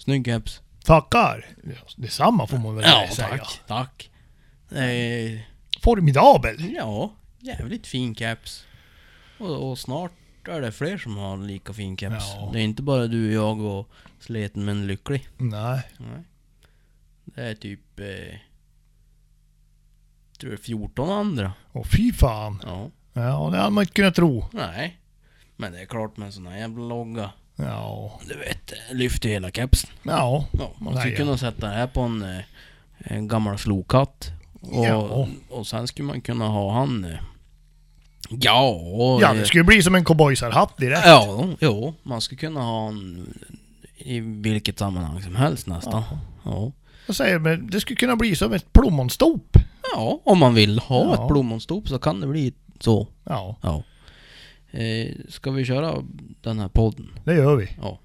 Snygg keps. Tackar. Detsamma får man väl säga. Tack. Formidabel. Ja, jävligt fin keps. Och snart är det fler som har lika fin keps. Ja. Det är inte bara du, jag och Sleten men lycklig. Nej. Det är typ tror jag 14 andra. Och fy fan. Ja. Ja, det hade man inte kunnat tro. Nej. Men det är klart med en sån här jävla logga. Ja. Du vet, lyfter hela kepsen. Ja. Ja, man skulle kunna sätta det här på en gammal slokatt. Och sen skulle man kunna ha han... Ja, det skulle bli som en cowboysarhatt direkt. Ja, man skulle kunna ha han i vilket sammanhang som helst nästan. Ja. Jag säger, men det skulle kunna bli som ett plommonstop. Ja, om man vill ha ett plommonstop så kan det bli så. Ja. Ska vi köra den här podden? Det gör vi. Ja.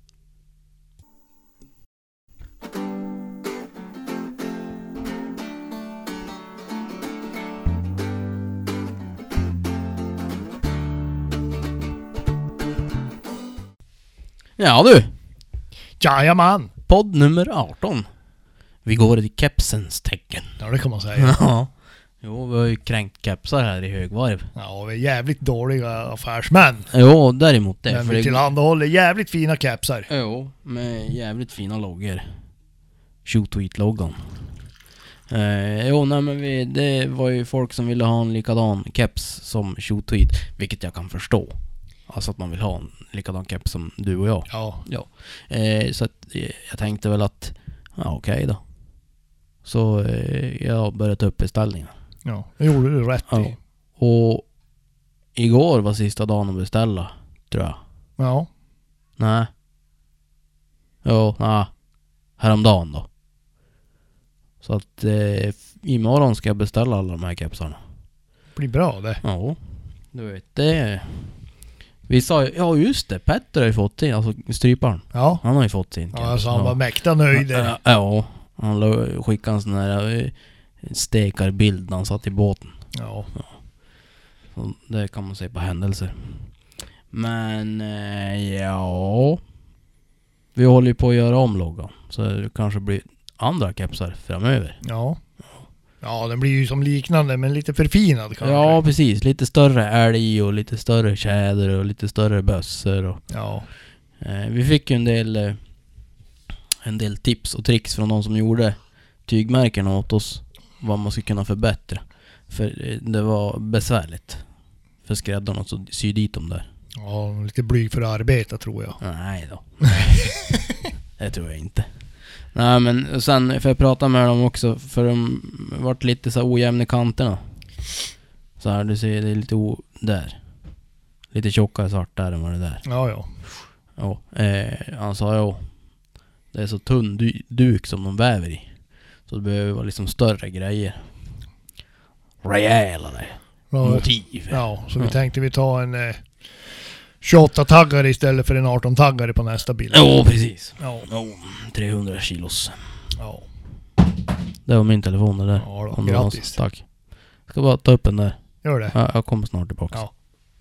Ja du. Jajamän. Podd nummer 18. Vi går i kepsens tecken. Ja, det kan man säga. Ja. Jo, vi har ju kränkt kepsar här i högvarv. Ja, vi är jävligt dåliga affärsmän. Jo, däremot det. Men vi tillhandahåller jävligt fina kepsar. Jo, med jävligt fina loggor. Shootweet-loggan. Men det var ju folk som ville ha en likadan keps som Shootweet. Vilket jag kan förstå. Alltså att man vill ha en likadan keps som du och jag. Ja. Så att jag tänkte väl att okej då. Så jag började ta upp beställningen. Ja, det gjorde du rätt i. Och igår var sista dagen att beställa, tror jag. Ja. Nej. Häromdagen då. Så att imorgon ska jag beställa alla de här kepsarna. Blir bra det. Ja. Du vet det. Vi sa just det, Petter har ju fått sin, alltså stryparen. Ja. Han har ju fått sin. Ja, alltså han var mäkta nöjd. Ja. Han skickade en sån här stekarbild när han satt i båten. Ja. Så det kan man se på händelser. Men vi håller ju på att göra om loggan. Så det kanske blir andra kepsar framöver. Ja. Ja, den blir ju som liknande men lite förfinad kanske. Ja, precis. Lite större älg och lite större tjäder och lite större bössor. Och, vi fick ju en del tips och tricks från de som gjorde tygmärkena åt oss. Vad man skulle kunna förbättra. För det var besvärligt för skräddarna att sy dit dem där. Ja, lite blyg för arbete tror jag. Nej då. Det tror jag inte. Nej, men sen för jag prata med dem också, för de varit lite så ojämna i kanterna. Så här, du ser det är lite där. Lite tjockare svart där än vad det där. Ja. Ja, han sa det är så tunn duk som de väver i. Så det behöver vara liksom större grejer. Rejälare motiv. Ja, så vi tänkte vi ta en 28-taggare istället för en 18-taggare på nästa bild. Ja, precis. Ja. 300 kilos. Ja. Det var min telefon där. Ja då, grattis. Tack. Ska bara ta upp den där. Gör det. Ja, jag kommer snart tillbaka. Ja.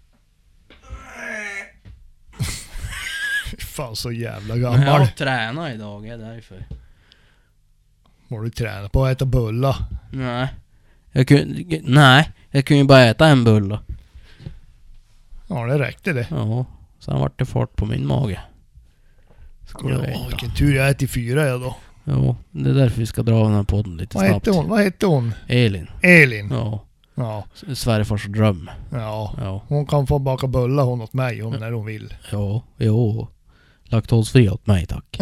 Fan så jävla gammal. Jag har tränat idag, är därför. Har du tränat på att äta bulla? Nej. Jag kunde ju bara äta en bulla. Ja, det räckte det. Ja, sen vart det fart på min mage. Vilken tur jag äter 4 jag då. Ja, det är därför vi ska dra den här podden lite snabbt. Vad hette hon? Elin. Ja. Svärfars dröm. Ja. Hon kan få baka bulla hon åt mig när hon vill. Ja. Laktosfri åt mig, tack.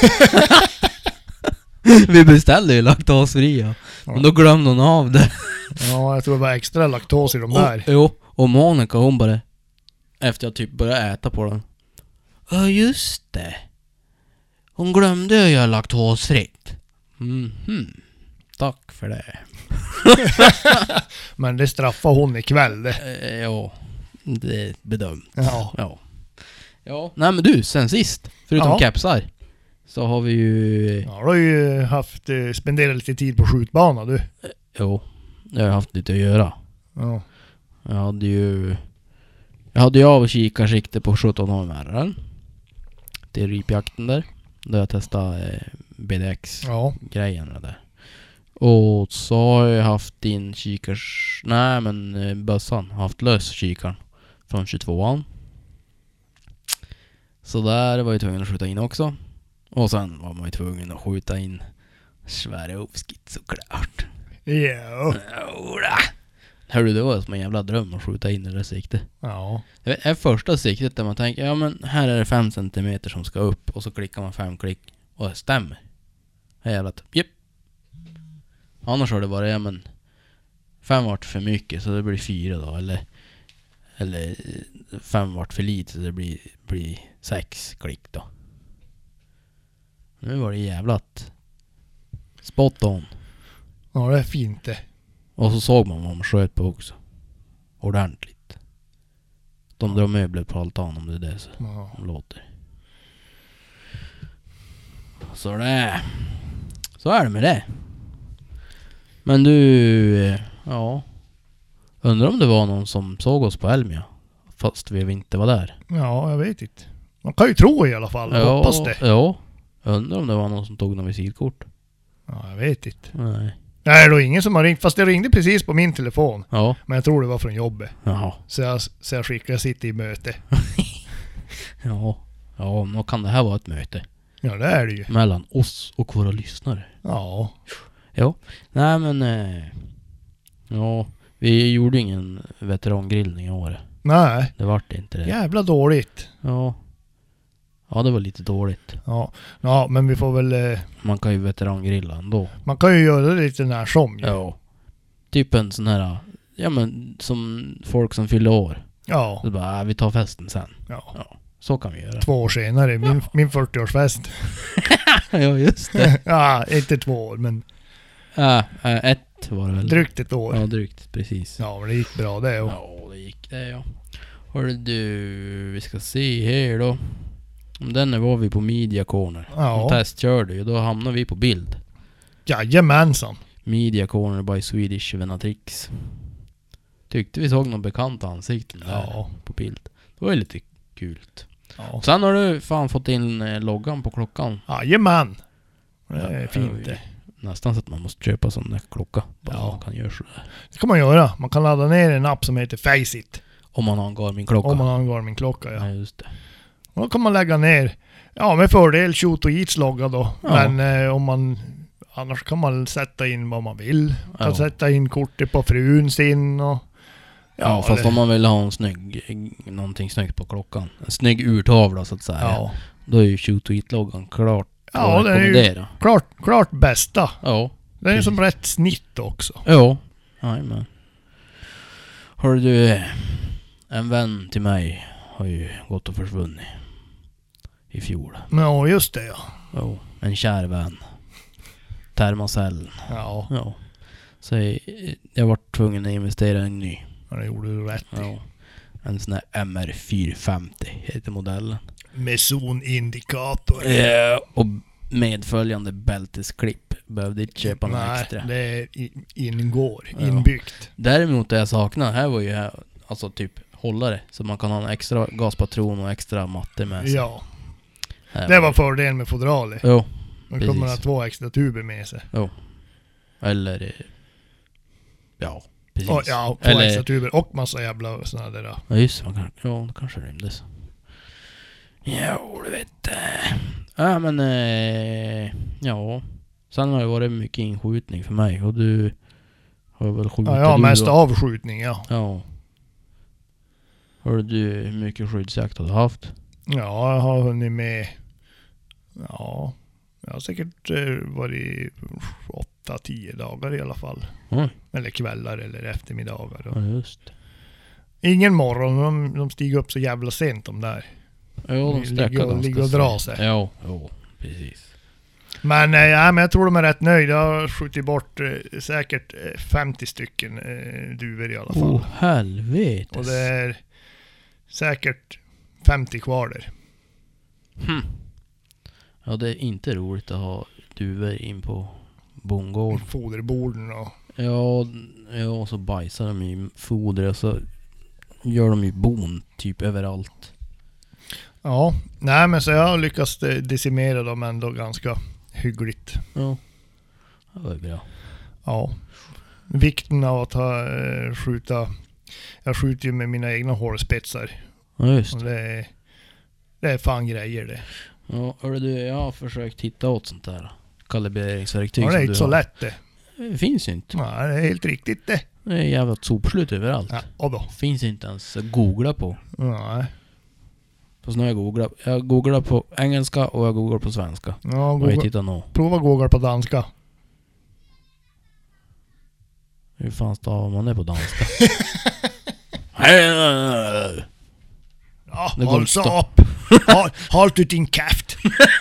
Vi beställde ju laktosfria. Men då glömde hon av det. Ja, jag tror det var extra laktos i de där. Och Monica hon bara, efter jag typ började äta på den. Ja, just det. Hon glömde ju göra laktosfritt. Tack för det. Men det straffar hon ikväll det. Ja, det är bedömt. Ja, nej men du, sen sist, förutom kepsar, så har vi ju... Ja, du har ju spenderat lite tid på skjutbana du. Jo, jag har haft lite att göra. Ja. Jag hade ju av och kikarsikte på 17 HMR till ripjakten där. Då jag testade BDX-grejen där. Och så har jag haft in bössan. Haft lös kikaren från 22an. Så där var jag tvungen att skjuta in också. Och sen var man ju tvungen att skjuta in Swarovskit såklart. Ja. Hörru, det var som en jävla dröm att skjuta in i det siktet. Ja. Det är första siktet där man tänker, ja men här är det 5 centimeter som ska upp. Och så klickar man 5 klick. Och det stämmer. Det är jävla japp. Annars har det bara, ja men 5 vart för mycket så det blir 4 då. Eller 5 vart för lite så det blir 6 klick då. Nu var det jävlat spot on. Ja, det är fint det. Och så såg man vad man sköt på också. Ordentligt. De drar möbler på altan om det är det så de låter. Så är det med det. Men du, ja. Undrar om det var någon som såg oss på Elmia. Fast vi inte var där. Ja, jag vet inte. Man kan ju tro i alla fall. Ja, hoppas det. Ja. Undrar om det var någon som tog någon visitkort. Ja, jag vet inte. Nej. Nej, det var ingen som har ringt. Fast det ringde precis på min telefon. Ja. Men jag tror det var från jobbet. Jaha. Så jag skickade, jag sitter i möte. Ja, då kan det här vara ett möte. Ja, det är det ju. Mellan oss och våra lyssnare. Ja. Ja. Nej men... ja. Vi gjorde ingen veterangrillning i år. Nej. Det vart inte det. Jävla dåligt. Ja. Ja, det var lite dåligt. Ja, men vi får väl... Man kan ju veterangrilla ändå. Man kan ju göra det lite när som. Ja. Typ en sån här... Ja men som folk som fyller år. Ja. Så bara, vi tar festen sen. Ja. Så kan vi göra. 2 år senare. Min 40-årsfest. Ja, just det. Ja, inte 2 år, men... 1 var det väl. Drygt 1 år. Ja, drygt. Precis. Ja, men det gick bra det. Ja, det gick det, ja. Hörru du, vi ska se här då. Om den var vi på Media Corner. Ja. Testkörde ju, då hamnade vi på bild. Jajamensan. Media Corner by Swedish Venatrix. Tyckte vi såg någon bekanta ansikten där på bild. Det var ju lite kul. Ja. Sen har du fan fått in loggan på klockan. Jajamän. Det är fint det. Nästan så att man måste köpa sån där klocka. Man kan göra sådär. Det kan man göra. Man kan ladda ner en app som heter Faceit. Om man har en Garmin-klocka. Om man har en Garmin-klocka, ja. Just det. Och då kan man lägga ner, med fördel Shoot och Eats logga då. Ja. Men om man, annars kan man sätta in vad man vill. Man kan sätta in kortet på frun sin och... Ja, fast om man vill ha någonting snyggt på klockan. En snygg urtavla så att säga. Ja. Då är ju Shoot och Eat-loggan klart. Ja, det är ju klart bästa. Ja. Det är som rätt snitt också. Ja. Jajamän. Hör du, en vän till mig har ju gått och försvunnit i fjol. Ja, just det, ja. En kär vän. Termacell. Ja. Så jag var tvungen att investera i en ny. Ja, det gjorde du rätt i. Ja. En sån här MR450 heter modellen. Med zonindikator. Ja, och medföljande bältesklipp. Behövde inte köpa något extra. Nej, det inbyggt. Däremot det jag saknar här var ju alltså typ hållare. Så man kan ha en extra gaspatron och extra matte med sig. Ja. Det var fördelen med fodralet. Jo. Man kommer att ha 2 extra tuber med sig. Jo. Eller... Ja, precis. Ja, 2 extra tuber och massa jävla såna där. Ja, just det. Det kanske rymdes. Ja, du vet. Ja, men... ja. Sen har det varit mycket inskjutning för mig. Och du har väl skjutit... Ja, mest avskjutning, ja. Ja. Har du hur mycket skyddsjakt har du haft? Ja, jag har hunnit med... Ja, jag har säkert varit 8-10 dagar i alla fall. Eller kvällar eller eftermiddagar. Ja, just. Ingen morgon, de stiger upp så jävla sent de där. Ja, de ligger och drar sig. Ja, precis. Men jag tror de är rätt nöjda. Jag har skjutit bort säkert 50 stycken duvor i alla fall. Helvete. Och det är säkert 50 kvar där. Ja, det är inte roligt att ha duvor in på bondgård. Foderborden och... Ja, och så bajsar de i foder och så gör de ju bon typ överallt. Ja, nej men så jag har lyckats decimera dem ändå ganska hyggligt. Ja, det var bra. Ja, vikten av att skjuta. Jag skjuter ju med mina egna hårspetsar. Ja, just och det är fan grejer det. Ja, du, jag har försökt hitta åt sånt där kalibreringsverktyg. Ja, det är inte så lätt det. Det finns ju inte. Nej, det är helt riktigt det. Det är jävla sopslut överallt. Ja, och då? Finns inte ens att googla på. Nej. Fast när jag googlar på engelska och jag googlar på svenska. Ja, och jag tittar nå. Prova googla på danska. Hur fan stavar man det på danska? Ja, håll så upp. Halt ut din käft.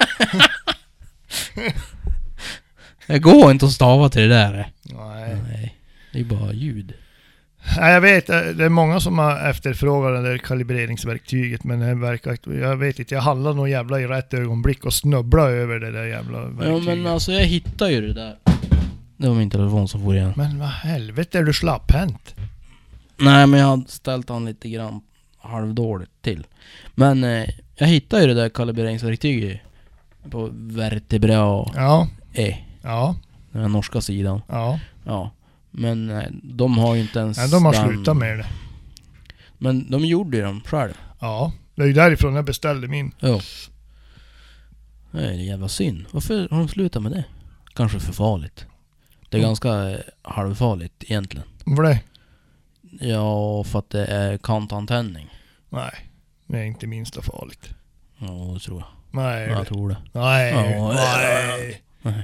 Det går inte att stava till det där. Nej. Det är bara ljud. Nej, jag vet, det är många som har efterfrågat det där kalibreringsverktyget, men det verkar, jag vet inte, jag handlar nog jävla i rätt ögonblick och snubbla över det där jävla verktyget. Ja, men alltså jag hittar ju det där. Det var min telefon som får igen. Men vad helvete, är du slapphänt? Nej, men jag har ställt han lite grann halvdåligt till. Men jag hittar ju det där kalibreringsverktyget på Vertebra E. Ja. Den norska sidan. Ja. Ja. Men de har ju inte ens... Nej, de har slutat med det. Men de gjorde ju dem själv. Ja, det är ju därifrån jag beställde min. Ja. Det är jävla synd. Varför har de slutat med det? Kanske för farligt. Det är ganska halvfarligt egentligen. Varför det? Ja, för att det är kantantändning. Nej, det är inte minsta farligt. Ja, det tror jag. Nej. Jag tror det. Nej. Ja, Nej.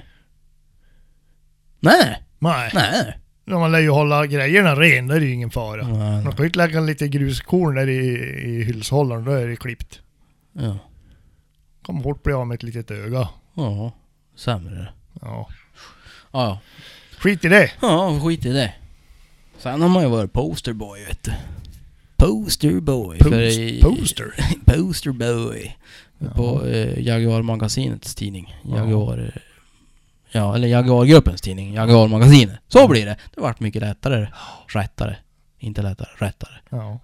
Nej. Nej. Nej. Man lär ju hålla grejerna ren, där är ju ingen fara. Nej. Man kan ju inte lägga lite gruskorn där i hylshållaren, då är det klippt. Ja. Kan fort bli av med ett litet öga. Ja, sämre. Ja. Ja. Skit i det. Ja, skit i det. Sen har man ju varit posterboy, vet du. Posterboy. Poster? Posterboy. Ja. På Jaguar-magasinets tidning. Jaguar... Ja, eller Jaguar-gruppens tidning. Jaguar-magasinet. Så blir det. Det vart mycket lättare. Rättare. Inte lättare. Rättare. Ja.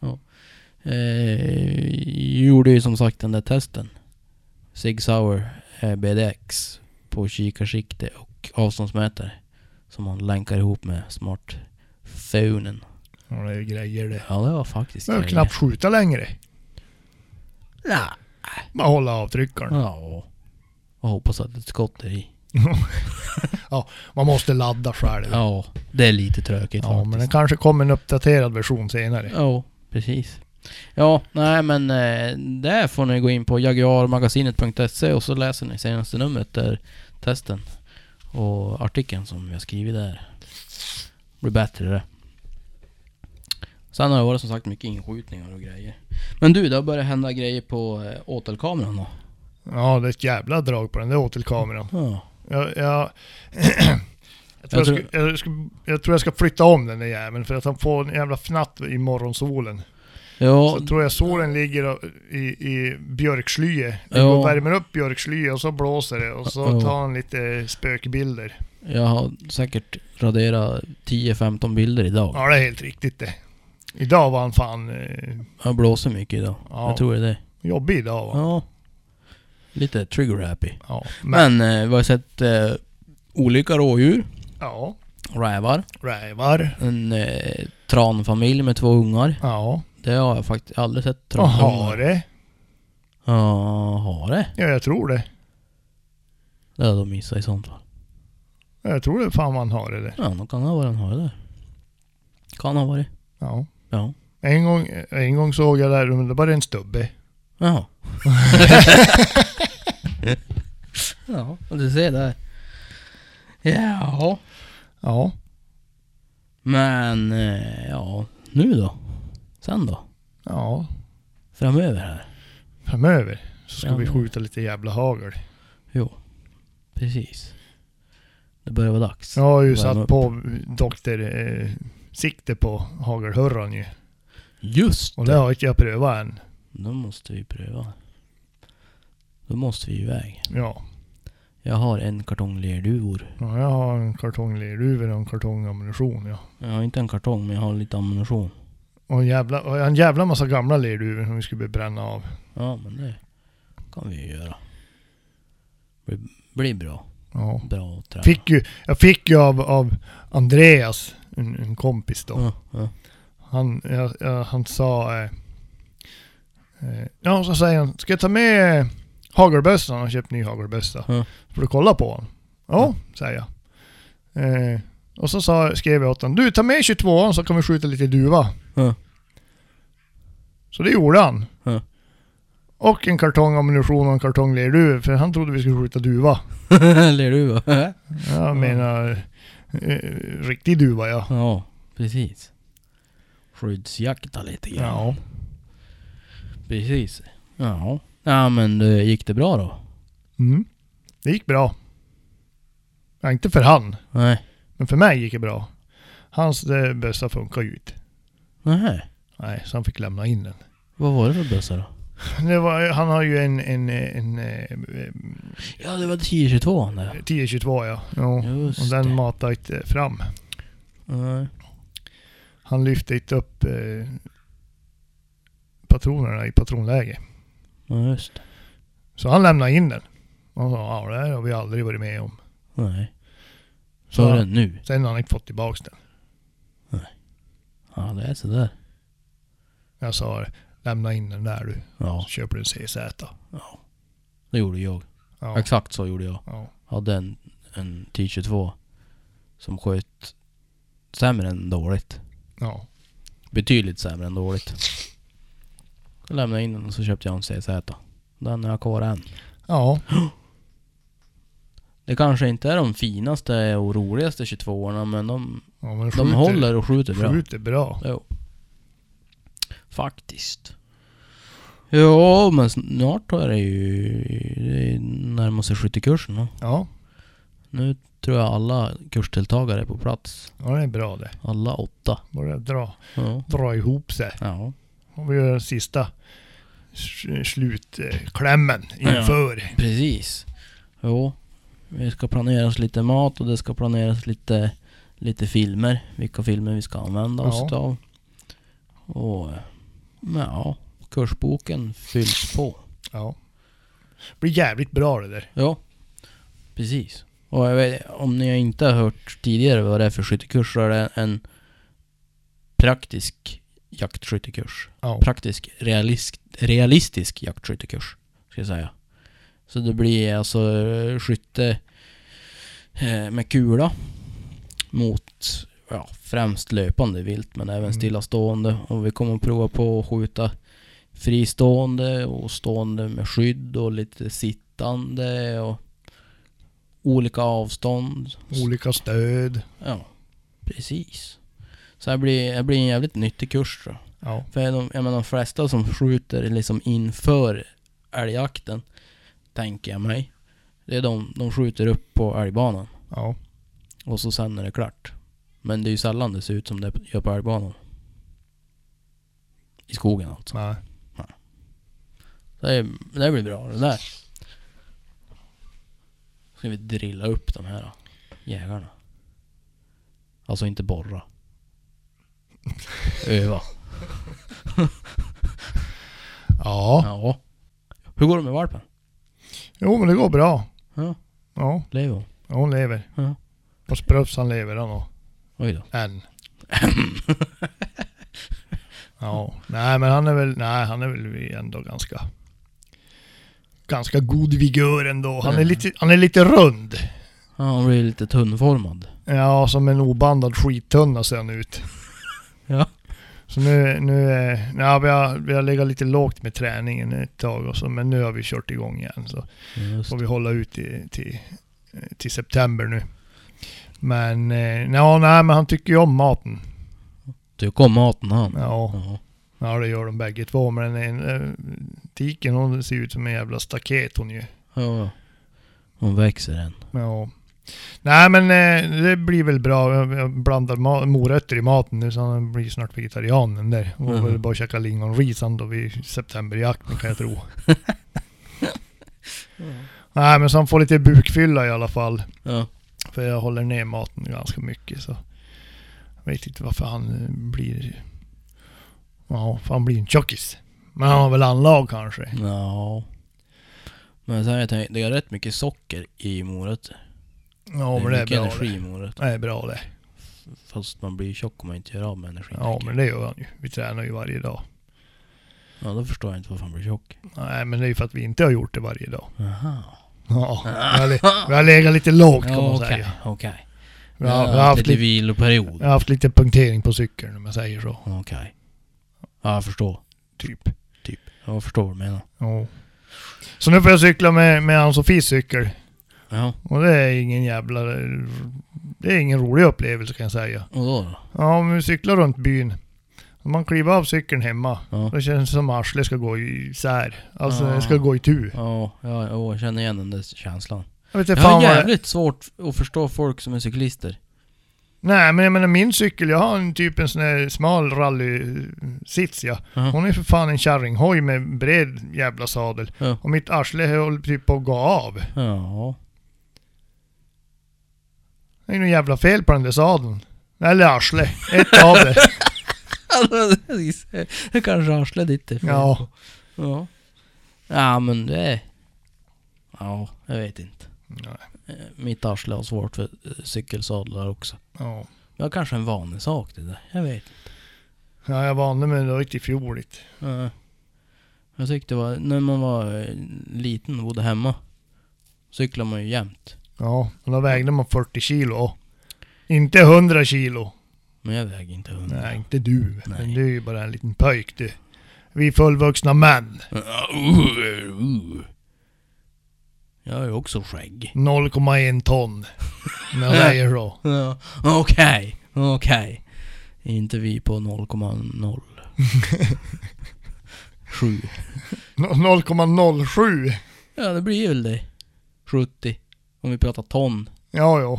Gjorde ju som sagt den där testen. Sig Sauer BDX på kikarsikte och avståndsmätare. Som man länkar ihop med smartphonen. Ja, det är ju grejer det. Ja, det var faktiskt det är knappt skjuta längre. Nej. Bara hålla avtryckaren. Ja. Och hoppas att ett skott är i. Ja, man måste ladda själv. Ja, det är lite tråkigt faktiskt. Men det kanske kommer en uppdaterad version senare. Ja, precis. Ja, nej men där får ni gå in på jaguarmagasinet.se och så läser ni senaste numret där testen och artikeln som vi har skrivit där. Blir bättre det. Sen har det varit som sagt mycket inskjutningar och grejer. Men du, det har börjat hända grejer på åtelkameran då? Ja, det är ett jävla drag på den där åtelkameran. Ja. Jag tror jag ska flytta om den där jäveln för att han får en jävla fnatt i morgonsolen. Ja. Så tror jag solen ligger i björkslye. Och värmer upp björkslye och så blåser det och så tar han lite spökbilder. Jag har säkert raderat 10-15 bilder idag. Ja, det är helt riktigt det. Idag var han fan... Han blåser mycket idag. Ja. Jag tror det är det. Jobbig idag va? Ja. Lite trigger happy. Ja, men vi har sett olika rådjur. Ja. Rävar. En tranfamilj med 2 ungar. Ja. Det har jag faktiskt aldrig sett. Tranungar. Hare? Ja, jag tror det. Det har de missat i sånt fall. Jag tror det fan man har det där. Ja, då kan det vara en hare där. Kan ha varit. Ja. Ja. En gång såg jag där, men det var en stubbe. Jaha. Ja, och du ser där. Ja. Ja. Men, ja, nu då? Sen då? Ja. Framöver här? Framöver så ska vi skjuta lite jävla hagel. Jo, precis. Det börjar vara dags. Jag har ju satt på sikte på hagelhörran ju. Just det. Och det har inte jag prövat än. Då måste vi pröva. Då måste vi iväg. Ja. Jag har en kartong lerduvor. Ja, jag har en kartong lerduvor och en kartong ammunition, ja. Jag har inte en kartong, men jag har lite ammunition. Och en jävla massa gamla lerduvor som vi skulle bränna av. Ja, men det... kan vi ju göra. Blir bra. Ja. Bra att träna. Jag fick ju av Andreas, en kompis då. Ja. Han sa... så säger han, ska jag ta med hagelbössan? Han har köpt ny hagelbössa. Får du kolla på honom? Ja, säger jag. Och så skrev jag åt honom, du, ta med 22an så kan vi skjuta lite duva. Så det gjorde han. Och en kartong ammunition och en kartong lerduvor, för han trodde vi skulle skjuta duva. Lerduvor? Jag menar riktig duva, ja. Ja, precis. Skyddsjakta lite grann. Ja. Precis. Ja. Ja, men gick det bra då? Det gick bra. Ja, inte för han. Nej. Men för mig gick det bra. Hans bössa funkar ju inte. Nej, så han fick lämna in den. Vad var det för bössa då? Han har ju en ja, det var 10-22 där. 10-22, ja. Och den matade inte fram. Nej. Han lyfte inte upp patronerna i patronläge. Ja, just det. Så han lämnade in den. Och sa, det här har vi aldrig varit med om. Nej. Så är det nu. Sen har han inte fått tillbaka den. Nej. Ja, det är så där. Jag sa, lämna in den där du. Ja. Så köper du en CZ. Ja. Det gjorde jag. Ja. Exakt så gjorde jag. Ja. Hade en T22 som sköt sämre än dåligt. Ja. Betydligt sämre än dåligt. Så lämnade jag in den och så köpte jag en CZ. Den är jag kvar än. Ja. Det kanske inte är de finaste och roligaste 22orna, men de håller och skjuter bra. Skjuter bra. Jo. Faktiskt. Ja, men snart är det ju närmar sig skyttekursen då. Ja. Nu tror jag alla kursdeltagare är på plats. Ja, det är bra det. Alla 8. Börjar dra ihop sig. Ja. Och vi gör sista slutklämmen inför. Ja, precis. Jo. Vi ska planeras lite mat och det ska planeras lite filmer. Vilka filmer vi ska använda oss av. Och ja, kursboken fylls på. Ja. Det blir jävligt bra det där. Ja, precis. Och jag vet, om ni inte har hört tidigare vad det är för skyttekurs, så är det en praktisk jaktskyttekurs. Ja. Praktisk realistisk jaktskyttekurs, ska jag säga. Så det blir alltså skytte med kula mot främst löpande vilt, men även stillastående. Och vi kommer att prova på att skjuta fristående och stående med skydd och lite sittande och olika avstånd. Olika stöd. Ja, precis. Så det blir en jävligt nyttig kurs då. Ja. För de flesta som skjuter liksom inför älgjakten, tänker jag mig, det är de skjuter upp på älgbanan. Ja. Och så sen är det klart. Men det är ju sällan det ser ut som det gör på älgbanan. I skogen alltså. Nej. Det blir bra det där. Ska vi drilla upp de här jägarna. Alltså inte borra. Öva. Ja. Hur går det med valpen? Jo, men det går bra. Ja. Ja. Lever hon? Ja, hon lever. Ja. Och spröps han lever han då. Oj då. Än. Ja. Nej, men han är väl ändå ganska god vigör ändå. Han är lite rund. Ja, han blir lite tunnformad. Ja, som en obandad skittunna ser han ut. Ja. Så nu vi har legat lite lågt med träningen ett tag och så, men nu har vi kört igång igen, så får vi hålla ut till september nu. Men men han tycker ju om maten. Tycker om maten han? Ja, det gör de bägge två, men tiken, hon ser ut som en jävla staket hon ju. Ja. Hon växer än. Ja. Nej, men det blir väl bra. Jag blandar morötter i maten nu, så han blir snart vegetarianen där. Och vill bara käka lingonris då vid septemberjakten, kan jag tro. Nej, men så han får lite bukfylla i alla fall. Ja. För jag håller ner maten ganska mycket, så jag vet inte varför han blir... Ja, för han blir en tjockis. Men han har väl anlag kanske. Ja. Men så här, jag tänkte, det är rätt mycket socker i morötter. Ja, men det är bra energi i morötter. Det är bra det. Fast man blir tjock om man inte gör av med energi. Ja, men det gör han ju. Vi tränar ju varje dag. Ja, då förstår jag inte varför man blir tjock. Nej, men det är ju för att vi inte har gjort det varje dag. Aha. Ja, vi har legat lite lågt kan man säga. Okej. Vi har haft lite viloperiod. Jag har haft lite punktering på cykeln om jag säger så. Okej. Ja, jag förstår. Typ. Jag förstår vad du menar. Ja. Så nu får jag cykla med Ann-Sofies cykel. Ja. Och det är ingen rolig upplevelse kan jag säga. Och då? Ja, men vi cyklar runt byn. Om man kliver av cykeln hemma, då känns det som att arslet ska gå isär. Alltså det ska gå i tu. Ja, jag känner igen den där känslan. Jag har jävligt svårt att förstå folk som är cyklister. Nej, men jag menar min cykel, jag har en sån här smal rally-sits, ja. Hon är för fan en kärringhoj med bred jävla sadel. Och mitt arsle håller typ på att gå av. Ja. Det är nog jävla fel på den där sadeln. Eller arsle. Ett av det. Det kanske arsle ditt är fel. Ja. Ja, men det är... Ja, jag vet inte. Nej. Mitt arsle har svårt för cykelsadlar också. Ja. Det var kanske en vanesak det där. Jag vet inte. Ja, jag vande mig då i fjol. Ja. Jag tyckte det var... När man var liten och bodde hemma cyklar man ju jämt. Ja, och då vägde man 40 kilo. Inte 100 kilo. Men jag väger inte 100. Nej, inte du. Nej. Men du är ju bara en liten pöjk du. Vi är fullvuxna män. Jag har ju också skägg. 0,1 ton. Men jag väger så. Ja, okej. Inte vi på 0,0. 7. 0,07. Ja, det blir väl det. 70. Om vi pratar ton. Jo.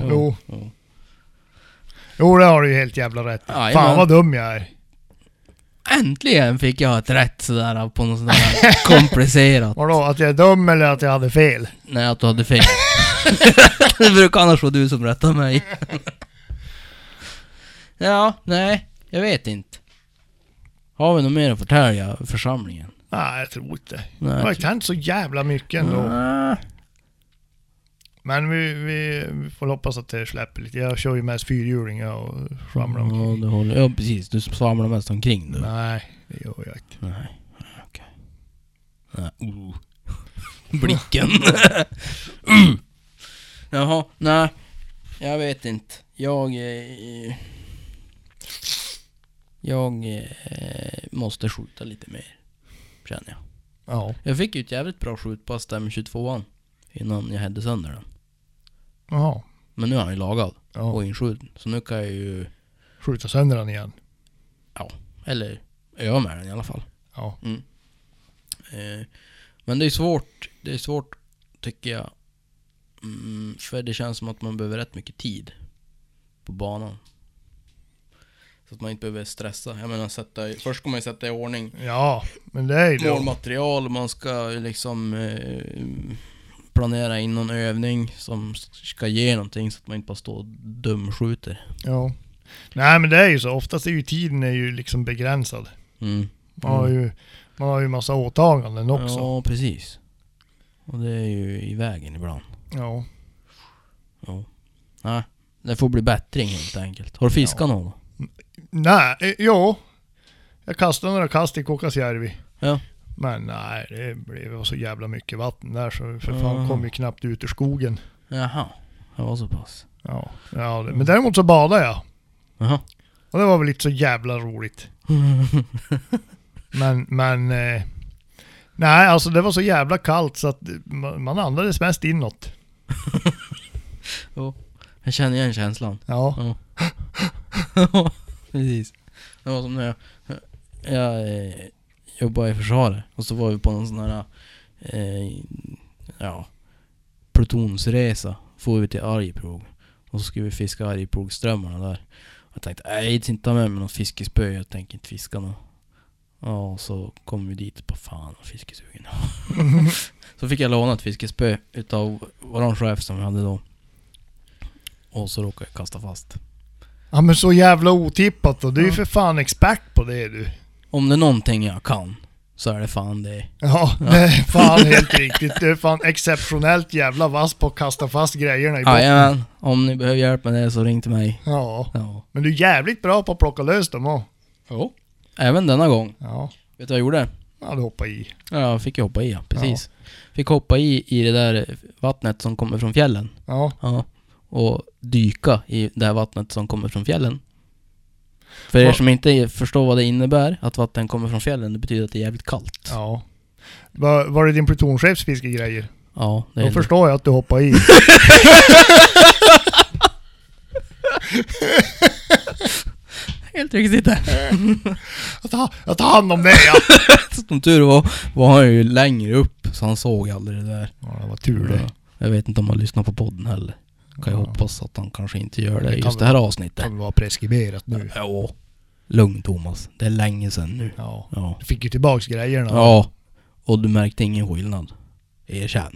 Jo, det har du ju helt jävla rätt. Aj, fan vad dum jag är. Äntligen fick jag ett rätt sådär på något sådär komplicerat. Vadå, att jag är dum eller att jag hade fel? Nej, att du hade fel. Det brukar annars vara du som rättar mig. Ja, nej, jag vet inte. Har vi något mer att förtälja församlingen? Nej, jag tror inte. Nej, jag kan inte så jävla mycket ändå. Men vi får hoppas att det släpper lite. Jag kör ju mest fyrhjulingar och svamlar omkring. Ja, precis. Du svamlar mest omkring du. Nej, det gör jag inte. Nej, okej. Nej. Blicken. Jaha, nej. Jag vet inte. Jag måste skjuta lite mer, känner jag. Ja. Jag fick ju ett jävligt bra skjutpass där med 22an innan jag hade sönder den. Jaha. Men nu är han ju lagad och inskjuten. Så nu kan jag ju skjuta sönder den igen. Ja, eller öva med den i alla fall. Ja. Men det är svårt. Det är svårt tycker jag. För det känns som att man behöver rätt mycket tid på banan. Så att man inte behöver stressa. Jag menar, först ska man ju sätta i ordning. Ja, men det är ju målmaterial. Man ska liksom planera in någon övning som ska ge någonting så att man inte bara står och dumskjuter. Ja. Nej, men det är ju så. Oftast är ju tiden är ju liksom begränsad. Man har ju massa åtaganden också. Ja, precis. Och det är ju i vägen ibland. Ja. Nej, det får bli bättring helt enkelt. Har du fiskat någon då? Nej, jo. Jag kastade några kast i Kokasjärvi. Ja. Men nej, det blev så jävla mycket vatten där så för fan kom ju knappt ut ur skogen. Jaha, det var så pass. Ja, men däremot så badade jag. Jaha. Och det var väl lite så jävla roligt. men nej, alltså det var så jävla kallt så att man andades mest inåt. Jag känner igen känslan. Ja. Precis. Det var som när jag jobbade i försvaret och så var vi på någon sån här plutonsresa. Får vi till Arjeplog och så skulle vi fiska Arjeplogströmmarna där. Jag tänkte, jag inte ta med mig någon fiskespö, jag tänker inte fiska någon. Ja, och så kom vi dit på fan och fiskesugen. Så fick jag låna ett fiskespö utav våran chef som vi hade då. Och så råkade jag kasta fast. Ja, men så jävla otippat då. Du är ju för fan expert på det du. Om det är någonting jag kan så är det fan det. Ja, det är fan helt riktigt. Du är fan exceptionellt jävla vass på att kasta fast grejerna i botten. Jajamän, om ni behöver hjälp med det så ring till mig. Ja. Men du är jävligt bra på att plocka lös dem också. Jo. Även denna gång. Ja. Vet du vad jag gjorde? Ja, du hoppade i. Ja, jag fick hoppa i, ja. Precis. Fick hoppa i det där vattnet som kommer från fjällen. Ja. Och dyka i det här vattnet som kommer från fjällen. För er som inte förstår vad det innebär, att vatten kommer från fjällen, det betyder att det är jävligt kallt. Ja. Var det din plutonchefs fiskegrejer? Ja, det är då det. Förstår jag att du hoppar i. Helt riktigt det. Jag tar hand om det, ja. Som tur var han ju längre upp, så han såg aldrig det där. Ja, det var tur det. Jag vet inte om han lyssnar på podden heller. Kan jag hoppas att han kanske inte gör det just det här avsnittet. Det kan vara preskriberat nu. Ja. Lugn Thomas, det är länge sedan nu. Ja. Du fick ju tillbaks grejerna. Ja, och du märkte ingen skillnad. Erkänn.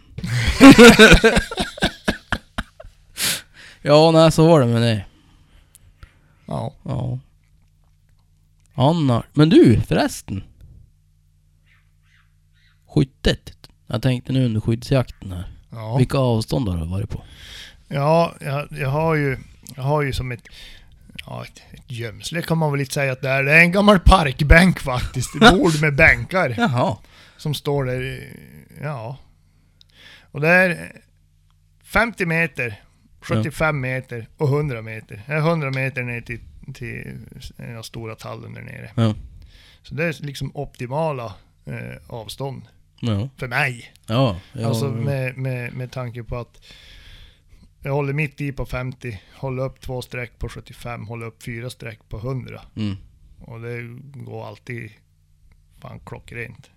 Ja, nej, så var det med det. Ja. Anna. Men du, förresten. Skyttet. Jag tänkte nu under skyddsjakten här. Ja. Vilka avstånd har du varit på? Ja, jag har ju som ett gömsle kan man väl inte säga att det är. Det är en gammal parkbänk faktiskt. Ett bord med bänkar. Jaha. Som står där. Ja. Och det är 50 meter, 75 meter och 100 meter. Det är 100 meter ner till den stora tallen där nere. Ja. Så det är liksom optimala avstånd. Ja. För mig. Ja. Alltså med tanke på att jag håller mitt i på 50, håller upp 2 streck på 75, håller upp 4 streck på 100. Mm. Och det går alltid fan klockrent.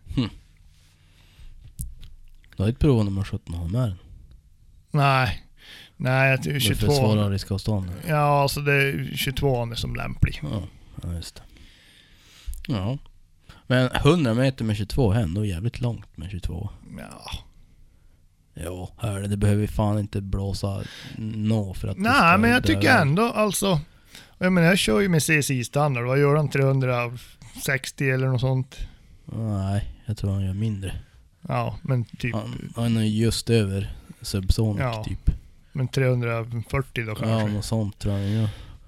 Du har inte provat nummer 17 och ha med den? Nej, jag tycker 22. Det är för svåra riskavstånd. Ja, alltså det är 22 som lämplig. Ja, just det. Ja. Men 100 meter med 22 är ändå jävligt långt med 22. Ja. Ja, hör det behöver fan inte blåsa för att... Nej, men jag tycker ändå alltså... Jag kör ju med CSI-standard. Vad gör han? 360 eller något sånt? Nej, jag tror han gör mindre. Ja, men typ... Han är just över subsonic typ. Men 340 då kanske? Ja, något sånt tror jag.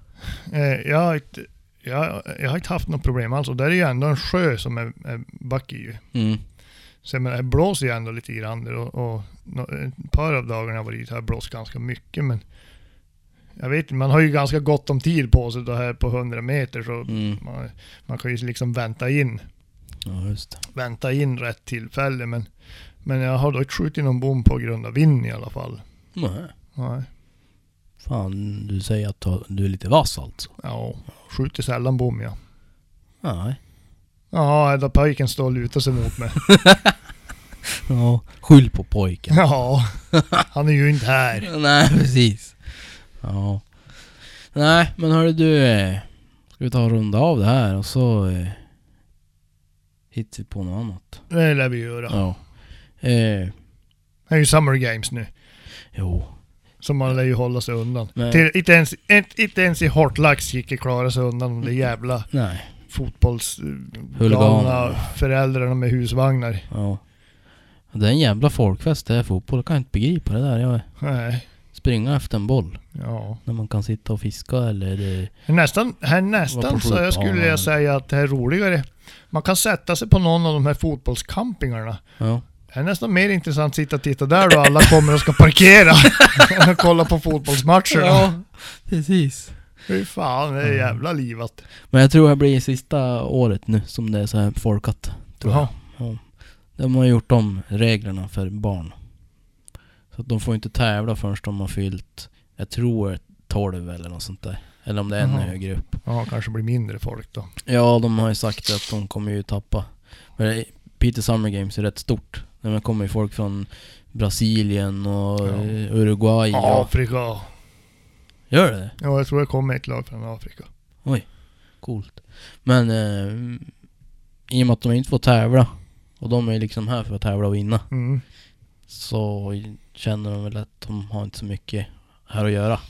Jag har inte haft något problem alltså. Där är ju ändå en sjö som är backig ju. Mm. Så men det blåser ju ändå lite grann där och ett par av dagarna har varit här blåst ganska mycket, men jag vet inte, man har ju ganska gott om tid på sig då här på 100 meter så man kan ju liksom vänta in. Ja, just det. Vänta in rätt tillfälle, men jag har då inte skjutit någon bom på grund av vind i alla fall. Nej. Fan, du säger att du är lite vass alltså. Ja, skjuter sällan bom, ja. Nej. Ja, där pojken står och lutar sig mot mig. Ja, skyll på pojken. Ja, han är ju inte här. Nej, precis. Ja. Nej, men hörru du, ska vi ta och runda av det här och så hittar vi på något annat. Det lär vi göra. Ja. Det är ju Summer Games nu. Jo. Så man lär ju hålla sig undan. Inte ens i Hortlax gick det klara sig undan de jävla fotbollsgalna föräldrarna med husvagnar. Ja. Det är en jävla folkfest det här fotboll. Jag kan inte begripa det där. Nej. Springa efter en boll. Ja. När man kan sitta och fiska eller... Nästan så jag skulle säga att det är roligare. Man kan sätta sig på någon av de här fotbollscampingarna. Ja. Det är nästan mer intressant att sitta och titta där då alla kommer och ska parkera och kolla på fotbollsmatcherna. Ja, precis. Hur fan, det är jävla livat. Men jag tror det blir sista året nu som det är så här folkat. Ja. De har gjort om reglerna för barn. Så att de får inte tävla förrän de har fyllt, jag tror 12 eller något sånt där. Eller om det är ännu högre upp. Ja, kanske blir mindre folk då. Ja, de har ju sagt att de kommer ju tappa. Men Peter Summer Games är rätt stort. När man kommer ju folk från Brasilien och Uruguay. Afrika. Gör det? Ja, jag tror det kommer ett lag från Afrika. Oj, coolt. Men i och med att de inte får tävla och de är liksom här för att tävla och vinna, så känner de väl att de har inte så mycket här att göra.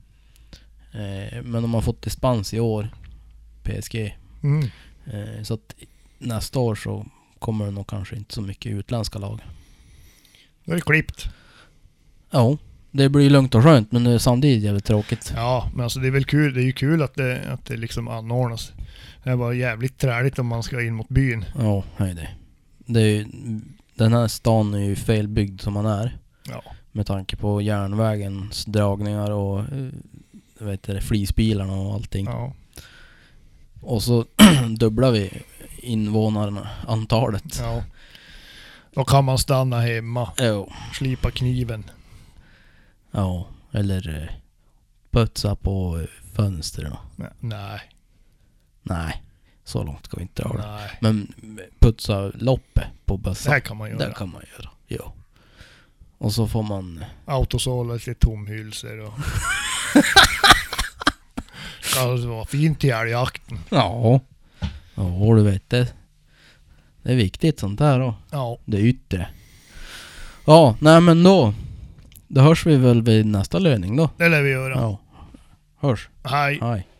Men de har fått dispens i år, PSG. Så att nästa år så kommer det nog kanske inte så mycket utländska lag. Det är klippt. Ja, det blir lugnt och skönt, men det är samtidigt jävligt tråkigt. Ja, men alltså det är väl kul. Det är ju kul att det liksom anordnas. Det är bara jävligt träligt om man ska in mot byn. Ja, hej det är ju, den här stan är ju felbyggd som man är. Ja. Med tanke på järnvägens dragningar och flisbilarna och allting. Ja. Och så dubblar vi invånarna antalet. Ja. Då kan man stanna hemma. Jo. Slipa kniven. Ja, eller putsa på fönstren. Nej, så långt ska vi inte dra det. Nej. Men putsa loppet på bussen. Det kan man göra. Det kan man göra, ja. Och så får man... Autosåla lite tomhylsor och... Ska det vara fint i älgjakten. Ja. Ja, du vet det. Det är viktigt sånt där då. Ja. Det yttre. Ja, nej men då hörs vi väl vid nästa löning då. Det lär vi göra. Ja. Hörs. Hej. Hej.